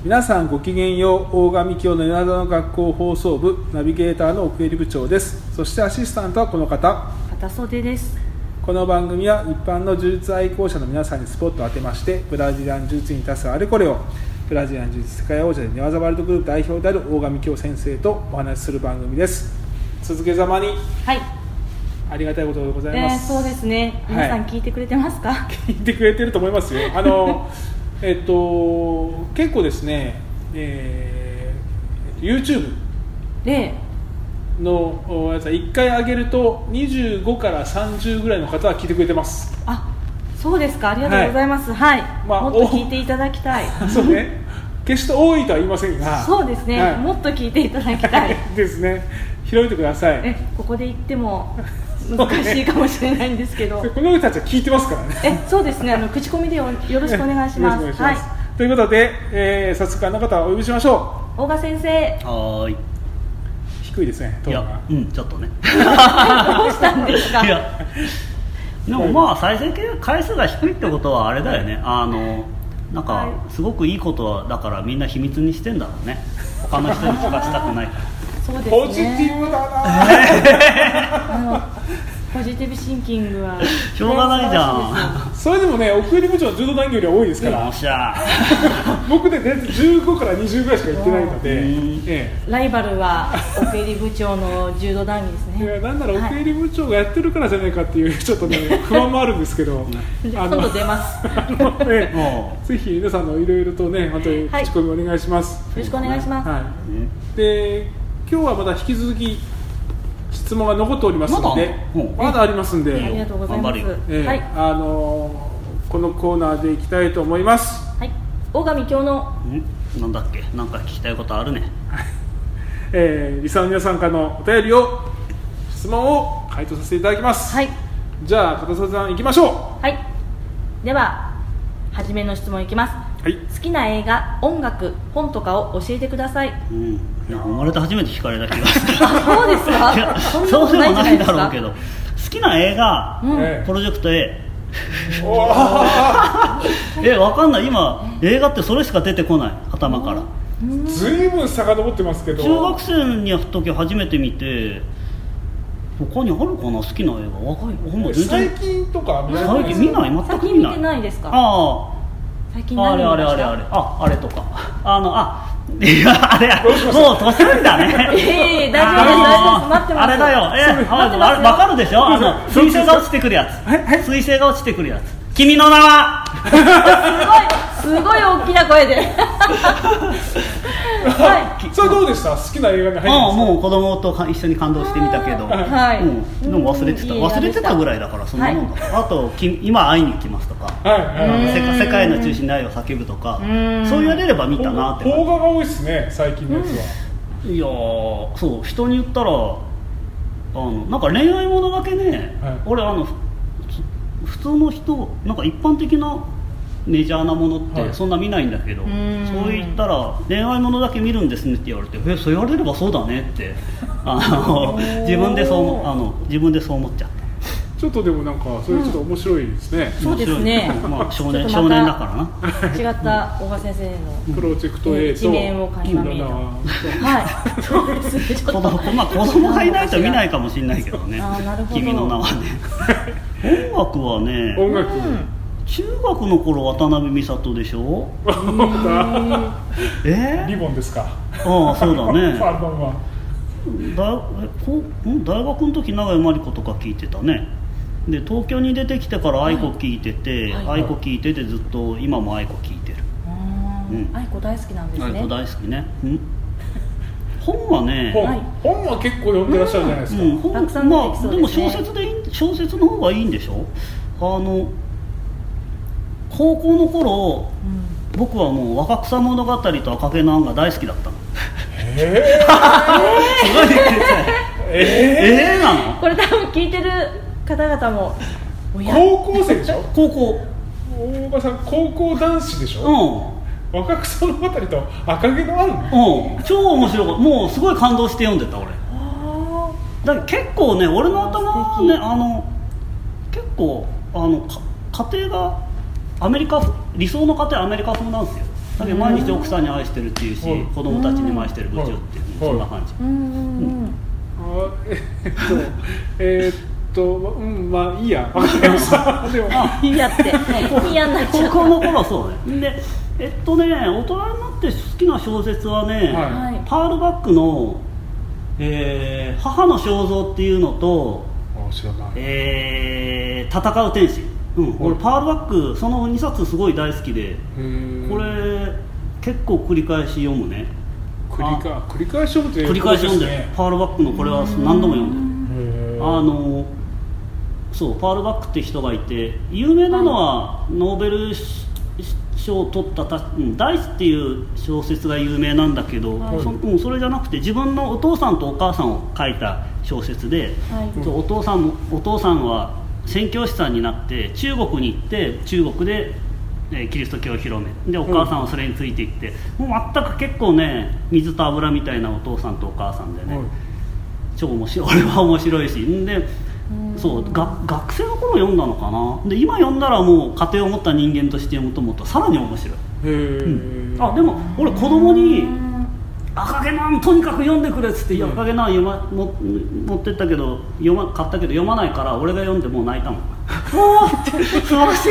皆さんごきげんよう。大神教の稲田の学校放送部ナビゲーターの奥襟部長です。そしてアシスタントはこの方、 片袖です。 この番組は一般の呪術愛好者の皆さんにスポットを当てまして、ブラジリアン呪術に立つあれこれをブラジリアン呪術世界王者で寝技ワールドグループ代表である大神教先生とお話しする番組です。続けざまに、 はい、 ありがたいことでございます。 そうですね。皆さん聞いてくれてますか？ 聞いてくれてると思いますよ。結構ですね、YouTube のやつは1回上げると25から30ぐらいの方は聞いてくれてます。 あ、そうですか。ありがとうございます。はい、もっと聞いていただきたい。 そうね、決して多いとは言いませんが、 そうですね、もっと聞いていただきたいですね。広いてください。 ここで言っても難しいかもしれないんですけど、 この人たちは聞いてますからね。 そうですね、口コミでよろしくお願いします。はい、 ということで、早速あの方をお呼びしましょう。大賀先生。 はい。 低いですね、トーンが。 ちょっとね。 どうしたんですか？ いや、でもまあ再生回数が低いってことはあれだよね。なんかすごくいいことはだからみんな秘密にしてんだろうね。他の人に聞かしたくないから。 そうですね。 ポジティブだな。 ポジティブシンキングはしょうがないじゃん。 それでもね、奥襟部長の柔道談義よりは多いですから。 よっしゃ。 僕で15から20ぐらいしか言ってないので、 ライバルは奥襟部長の柔道談義ですね。 いや、なんなら奥襟部長がやってるからじゃないかっていうちょっとね不安もあるんですけど、 今度出ます。 ぜひ皆さんのいろいろとね、本当に口コミお願いします。 よろしくお願いします。 で、今日はまだ引き続き質問が残っておりますので、まだありますんで、 ありがとうございます。 このコーナーでいきたいと思います。 はい、大神教のなんだっけ、なんか聞きたいことあるね。 リスナーの皆さんからのお便りを、質問を回答させていただきます。はい、じゃあ片袖さん行きましょう。 はい、では初めの質問いきます。はい、好きな映画、音楽、本とかを教えてください。 生まれて初めて聞かれた気がする。 そうですか？ いや、そうでもないんだろうけど、好きな映画、プロジェクト A。わかんない。今映画ってそれしか出てこない、頭から。 ずいぶん遡ってますけど、 中学生にやった時初めて見て、他にあるかな、好きな映画。若い、ほんま全然。 最近とか見ない？ 最近見ない、全く見ない。 最近見てないですか？ 最近何見ました？あれとか、いや、あれもう年寄りだね。 大丈夫です、待ってます。 あれだよ、わかるでしょ、彗星が落ちてくるやつ。彗星が落ちてくるやつ。君の名は。 すごい大きな声で。 それどうでした？好きな映画に入ってますか？ もう子供と一緒に感動してみたけど、でも忘れてたぐらいだから、そんなもんだ。あと今会いに行きますとか、世界の中心に愛を叫ぶとか、そう言われれば見たなって。 邦画が多いですね、最近のやつは。 いや、そう、人に言ったらなんか恋愛ものだけね、俺普通の人、なんか一般的なメジャーなものってそんな見ないんだけど、そう言ったら恋愛ものだけ見るんですねって言われて、そう言われればそうだねって自分でそう思っちゃった。 ちょっとでもなんかそれちょっと面白いですね。 そうですね。 少年だからな。 違った大賀先生のプロジェクト A と一面を垣間見る。はい。そうですね。 子供がいないと見ないかもしれないけどね。君の名はね。音楽はね。 音楽。 中学の頃渡辺美里でしょ。 リボンですか。 ああ、そうだね。 アルバムは大学の時永井真理子とか聞いてたね。で、東京に出てきてから愛子聞いてて、愛子聞いててずっと今も愛子聞いてる。 愛子大好きなんですね。 愛子大好きね。本はね、 本は結構読んでらっしゃるじゃないですか。 たくさん出てきそうですね。 でも小説の方がいいんでしょ。高校の頃、僕はもう若草物語と赤毛のアンが大好きだったの。すごいなの。 これ多分聞いてる方々も高校生でしょ。 高校。 大賀さん高校男子でしょ。若草物語と赤毛のアン。 超面白かった。もうすごい感動して読んでた俺。だから結構ね、俺の頭はね、結構家庭が理想の家庭はアメリカ風なんですよ。 だけど毎日奥さんに愛してるっていうし、子供たちにも愛してる部長っていう、そんな感じ。 まあいいや、分かりました。でもいいやって嫌になっちゃう。 高校の頃そうね。で大人になって好きな小説はね、パールバックの、母の肖像っていうのと、戦う天使、俺パールバックその2冊すごい大好きで、これ結構繰り返し読むね。 繰り返し読むって繰り返し読んでる。パールバックのこれは何度も読んでる。そうパールバックって人がいて、有名なのはノーベル賞を取ったダイスっていう小説が有名なんだけど、それじゃなくて自分のお父さんとお母さんを書いた小説で、お父さんは宣教師さんになって中国に行って、中国でキリスト教を広めで、お母さんはそれについていって、もう全く結構ね水と油みたいなお父さんとお母さんでね、超面白い。俺は面白いし、でそう学生の頃読んだのかな。で今読んだらもう家庭を持った人間として読むと思ったらさらに面白い。でも俺子供に赤毛なんとにかく読んでくれっつって、赤毛なん持ってったけど買ったけど読まないから、俺が読んでもう泣いたもん。素晴らしい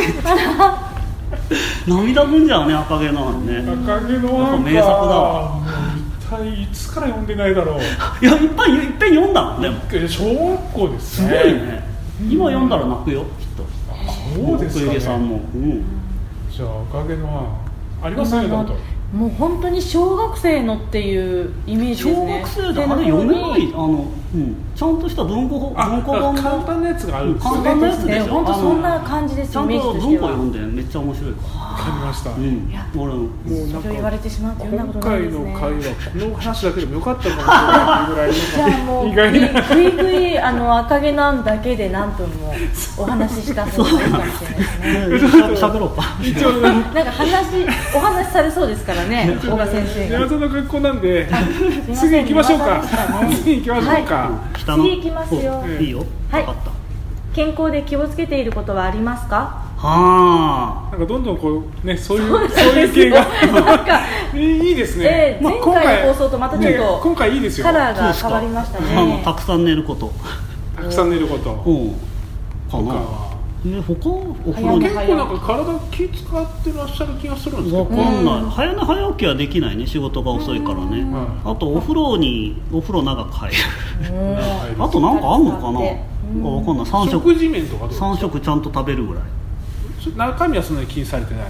涙ぐんじゃうね、赤毛なんね。 赤毛の名作だわ。 一体いつから読んでないだろう。 いやいっぺん読んだもん。でも小学校ですね。 すごいね。今読んだら泣くよきっと。 そうですかね。 さんも、 じゃあ赤毛のありますね。 もう本当に小学生のっていうイメージですね。 小学生であれ読めない、ちゃんとした文庫本、 簡単なやつがあるんですよね。 簡単なやつでしょ。 本当そんな感じです。 ちゃんと文庫読んでめっちゃ面白いから。 わかりました。 俺もうなんか言われてしまうというようなことないですね。 今回の会話この話だけでもよかったかもしれないぐらいの。 じゃあもうぐいぐい赤毛なんだけで何分もお話しした方がいいかもしれないですね。 喋ろうか。 なんかお話しされそうですからね、小賀先生が。 宮園の学校なんで次行きましょうか。次行きましょうか。 次行きますよ。 いいよ。 はい。健康で気をつけていることはありますか？ なんかどんどんこうね、そういう系がなんかいいですね。 前回の放送とまたちょっと今回いいですよ。 カラーが変わりましたね。 たくさん寝ること。 たくさん寝ること。 かな。他お風呂結構なんか体気使ってらっしゃる気がするんですけど。 わかんない。早寝早起きはできないね。仕事が遅いからね。あとお風呂長く入る。あとなんかあんのかな。わかんない。 食事面とか 3食ちゃんと食べるぐらい。 中身はそんなに気にされてない。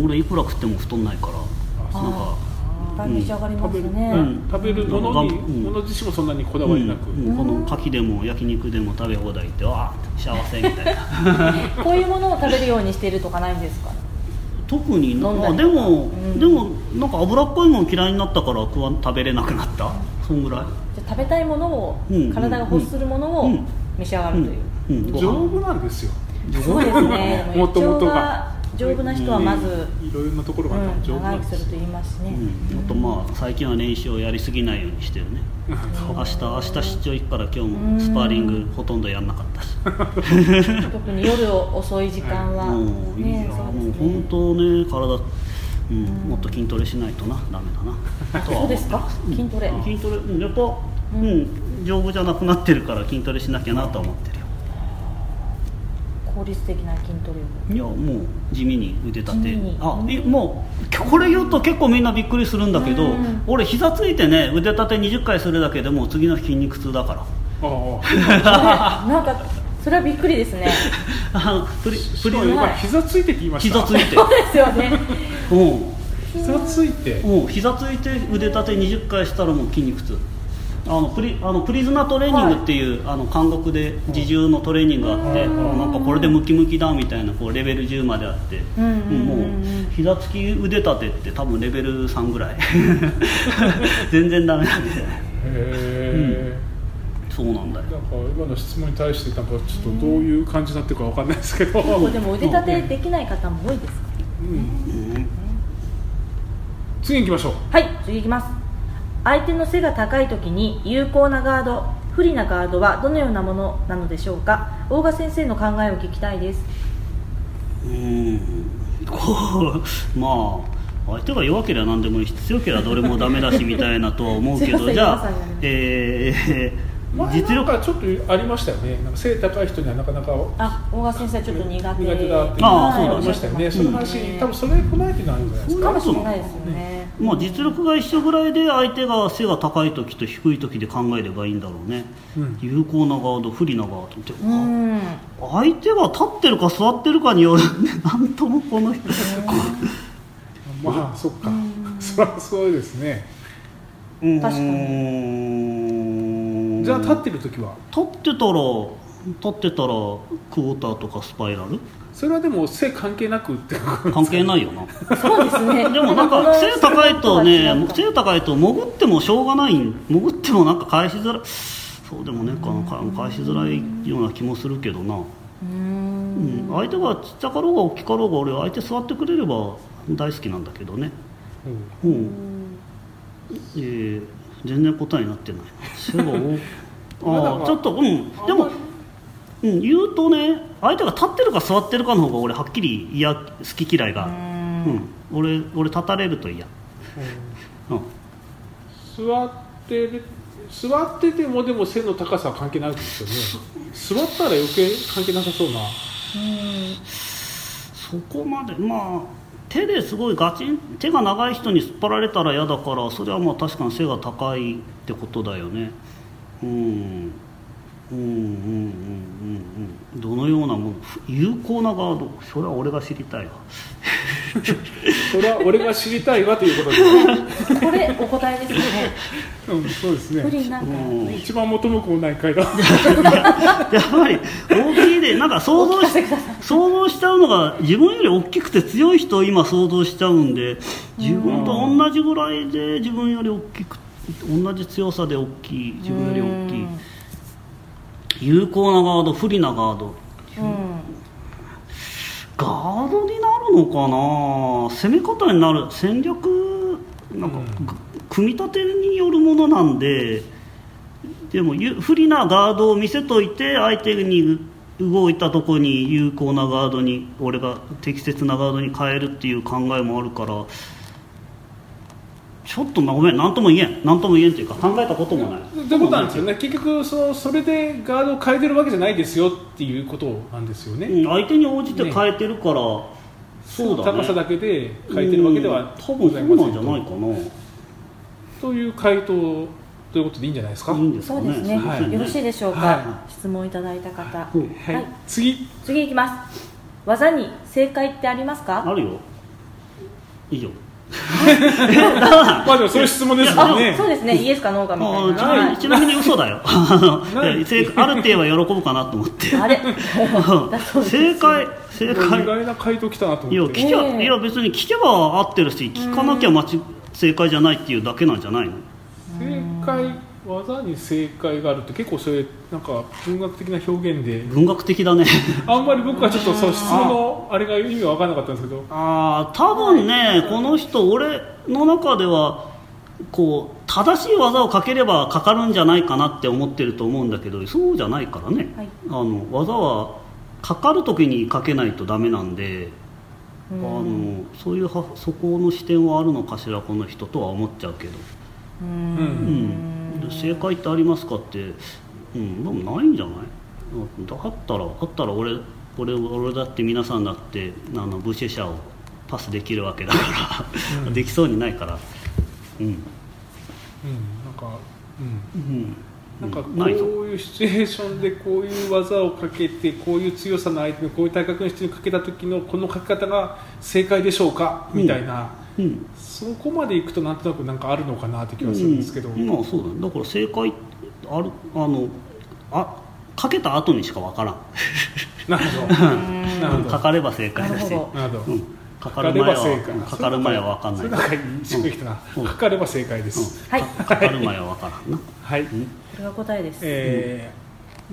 俺いくら食っても太んないから。なんか召し上がりますね。 食べるもの自身もそんなにこだわりなく、 この牡蠣でも焼肉でも食べ放題って幸せみたいな。 こういうものを食べるようにしているとかないんですか？ 特にでもなんか脂っこいもの嫌いになったから食べれなくなった。そんぐらい。 じゃ食べたいものを、体が欲するものを召し上がるという。 丈夫なんですよ。 そうですね。 もともとが丈夫な人はまずいろいろなところが長生きすると言いますしね。 あと最近は練習をやりすぎないようにしてるね。明日出張行くから今日もスパーリングほとんどやんなかったし。 特に夜遅い時間はね。 もう本当ね体もっと筋トレしないとダメだな。 そうですか？筋トレやっぱ丈夫じゃなくなってるから筋トレしなきゃなと思ってるよ。 効率的な筋トレ。 いやもう地味に腕立て。もうこれ言うと結構みんなびっくりするんだけど、俺膝ついてね腕立て20回するだけでもう次の日筋肉痛だから。 なんかそれはびっくりですね。 膝ついてって言いました。 膝ついて。 そうですよね。 膝ついて。 膝ついて腕立て20回したらもう筋肉痛。プリズナトレーニングっていう、韓国で自重のトレーニングがあって、なんかこれでムキムキだみたいなレベル10まであって、もう膝つき腕立てって多分レベル3ぐらい全然ダメなんで。そうなんだよ。 なんか今の質問に対してなんかちょっとどういう感じになってるかわかんないですけど。 でも腕立てできない方も多いですか？ 次行きましょう。 はい、次行きます。相手の背が高い時に有効なガード、不利なガードはどのようなものなのでしょうか？大賀先生の考えを聞きたいです。 相手が弱ければ何でもいいし強ければどれもダメだしみたいなとは思うけどじゃあ、 実力はちょっとありましたよね。なんか背高い人にはなかなか大賀先生はちょっと苦手だっていうそうありましたよね。その話、多分それ踏まえてなんじゃないですか。 かもしれないですよね。 実力が一緒ぐらいで相手が背が高い時と低い時で考えればいいんだろうね、有効なガード不利なガードって、相手が立ってるか座ってるかによるなんともこの人まあそっか、そりゃそうですね。 確かに。 じゃあ立ってる時は立ってたらクォーターとかスパイラル、 それはでも背関係なくって関係ないよなそうですね。 でもなんか背高いとね、背高いと潜ってもしょうがない、潜ってもなんか返しづらい、そうでもねえかな、返しづらいような気もするけどな。相手がちっちゃかろうが大きかろうが俺は相手座ってくれれば大好きなんだけどね。全然答えになってない背がちょっとでも言うとね、相手が立ってるか座ってるかの方が俺はっきり好き嫌いが、俺立たれると嫌、 座っててもでも背の高さは関係ないですよね。座ったら余計関係なさそうな。 そこまで手ですごい手が長い人に引っ張られたら嫌だから、それは確かに背が高いってことだよね。どのようなもの、有効なガード、それは俺が知りたいわそれは俺が知りたいわということですこれお答えですね。 そうですね。一番元も子もない回答やっぱり大きいでなんか想像しちゃうのが、自分より大きくて強い人を今想像しちゃうんで、自分と同じぐらいで自分より大きく、同じ強さで大きい、自分より大きい、有効なガード不利なガード、ガードになるのかな、攻め方になる、戦略なんか、組み立てによるものなんで、でも不利なガードを見せといて相手に動いたとこに有効なガードに、俺が適切なガードに変えるっていう考えもあるから、ちょっとごめん、何とも言えんっていうか考えたこともないってことなんですよね。結局それでガードを変えてるわけじゃないですよっていうことなんですよね。 相手に応じて変えてるから、そうだね、 高さだけで変えてるわけでは多分そうなんじゃないかなという回答ということでいいんじゃないですか。 いいんですかね。 そうですね、よろしいでしょうか、質問いただいた方、次いきます。技に正解ってありますか？ あるよ。以上まあでもそういう質問ですよね。 そうですね、イエスかノーかみたいな。 ちなみに嘘だよある程度は喜ぶかなと思ってあれ正解意外な回答来たなと思って。 いや別に聞けば合ってるし、聞かなきゃ正解じゃないっていうだけなんじゃないの。 正解、技に正解があるって結構それなんか文学的な表現で、 文学的だねあんまり僕はちょっとその質問のあれが意味が分からなかったんですけど、 多分ね、この人俺の中ではこう正しい技をかければかかるんじゃないかなって思ってると思うんだけど、そうじゃないからね、技はかかる時にかけないとダメなんで、そういうそこの視点はあるのかしらこの人とは思っちゃうけど、正解ってありますかって、でもないんじゃない。あったら俺だって皆さんだってブシェシャをパスできるわけだからできそうにないから、 なんかこういうシチュエーションでこういう技をかけて、こういう強さの相手にこういう体格の人にかけた時のこのかけ方が正解でしょうかみたいな、そこまでいくとなんとなくなんかあるのかなって気がするんですけど、 そうだから正解あるかけた後にしか分からんなるほどかかれば正解だし、かかる前は分かんない。 かかれば正解です。 かかる前は分からんな。 これが答えです。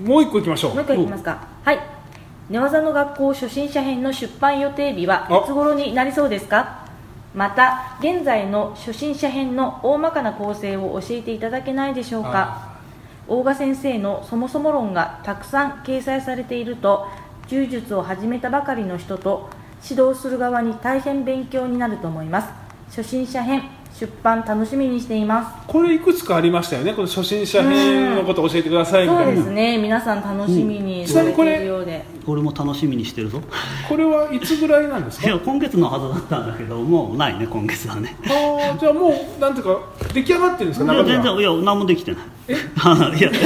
もう一個いきましょう。 もう一個いきますか。寝技の学校初心者編の出版予定日はいつ頃になりそうですか？また現在の初心者編の大まかな構成を教えていただけないでしょうか？大賀先生のそもそも論がたくさん掲載されていると、柔術を始めたばかりの人と指導する側に大変勉強になると思います。 初心者編出版楽しみにしています。 これいくつかありましたよね、この初心者編のことを教えてくださいみたいな。 そうですね、皆さん楽しみにされているようで、 俺も楽しみにしてるぞ。 これはいつぐらいなんですか？ いや今月のはずだったんだけど、もうないね、今月はね。 あじゃあもうなんていうか出来上がってるんですか？ いや全然、いや何もできてない。いやちょ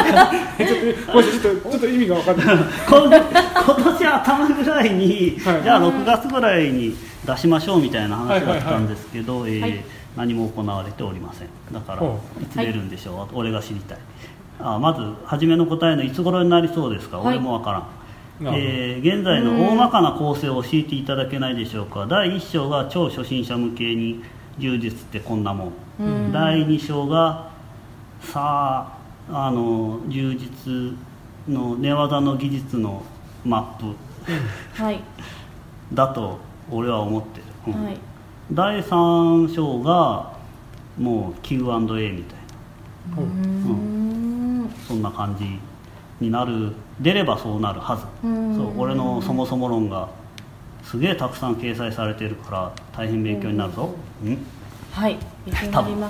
っと意味が分かんない今年頭ぐらいに、 はい、 じゃあ6月ぐらいに出しましょうみたいな話だったんですけど、何も行われておりません。だからいつ出るんでしょう、はい、俺が知りたい。まず初めの答えのいつ頃になりそうですか、はい、俺も分からん。現在の大まかな構成を教えていただけないでしょうか。第1章が超初心者向けに充実ってこんなもん、第2章がさあ充実の寝技の技術のマップ、はい、だと俺は思ってる、はい、第3章がもう Q&A みたいな、そんな感じになる。出ればそうなるはず。そう俺のそもそも論がすげえたくさん掲載されてるから大変勉強になるぞ。 はい勉強になります。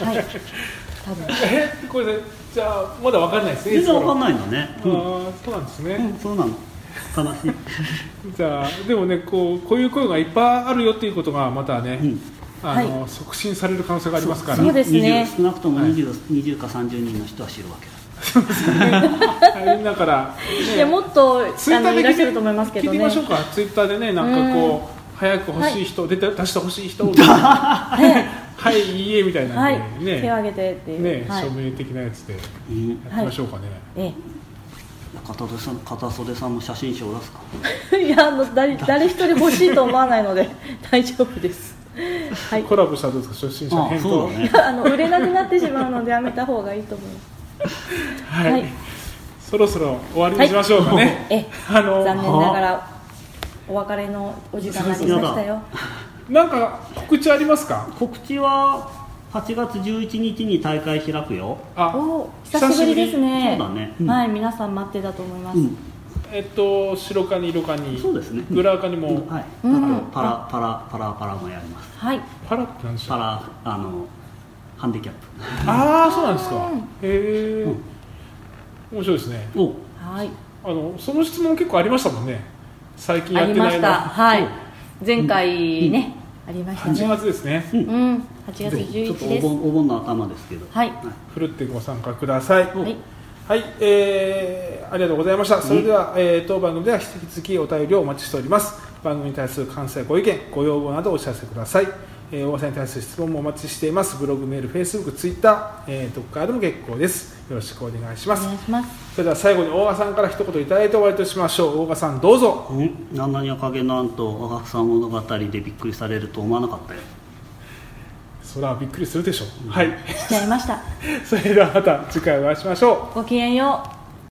はい多分これでじゃあまだ分かんないですね。 全然分かんないんだね。 そうなんですね。 そうなの。悲しい。 じゃあでもねこういう声がいっぱいあるよっていうことがまたね、促進される可能性がありますから。 そうですね。 少なくとも20か30人の人は知るわけだ。 そうですね。みんなから、 いやもっとツイッターでいらっしゃると思いますけどね。 聞いてみましょうか。ツイッターでねなんかこう早く欲しい人、出して欲しい人みたいな。はいいいえみたいなね。 手を挙げてっていうね署名的なやつでやってみましょうかね。 片袖さんも写真集を出すか。 いや誰一人欲しいと思わないので大丈夫です。 はい。コラボしたらどうですか初心者編と。 売れなくなってしまうのでやめた方がいいと思います。 はい、そろそろ終わりにしましょうかね。 残念ながらお別れのお時間になりましたよ。 なんか告知ありますか？ 告知は8月11日に大会開くよ。 久しぶりですね。 そうだね。 はい、皆さん待ってたと思います。 白カニ色カニ、 そうですね。 グラカニも、 はい。パラもやります。 はい。 パラって何でしょう？ ハンディキャップ。 そうなんですか。へえ。面白いですね。 はい。 その質問結構ありましたもんね。最近やってないの。 ありました。はい。前回ねありましたね。 8月ですね。 8月11日です。 お盆の頭ですけど。 はい。 ふるってご参加ください。はい。はい、ありがとうございました。それでは、当番組では引き続きお便りをお待ちしております。番組に対する感想やご意見、ご要望などお知らせください。大場さんに対する質問もお待ちしています。ブログ、メール、フェイスブック、ツイッター、どこからでも結構です。よろしくお願いします。 お願いします。 それでは最後に大場さんから一言いただいて終わりとしましょう。大場さんどうぞ。 何々赤毛のアンと若草物語でびっくりされると思わなかったよ。 それはびっくりするでしょう。はい。 しちゃいました。 それではまた次回お会いしましょう。 ごきげんよう。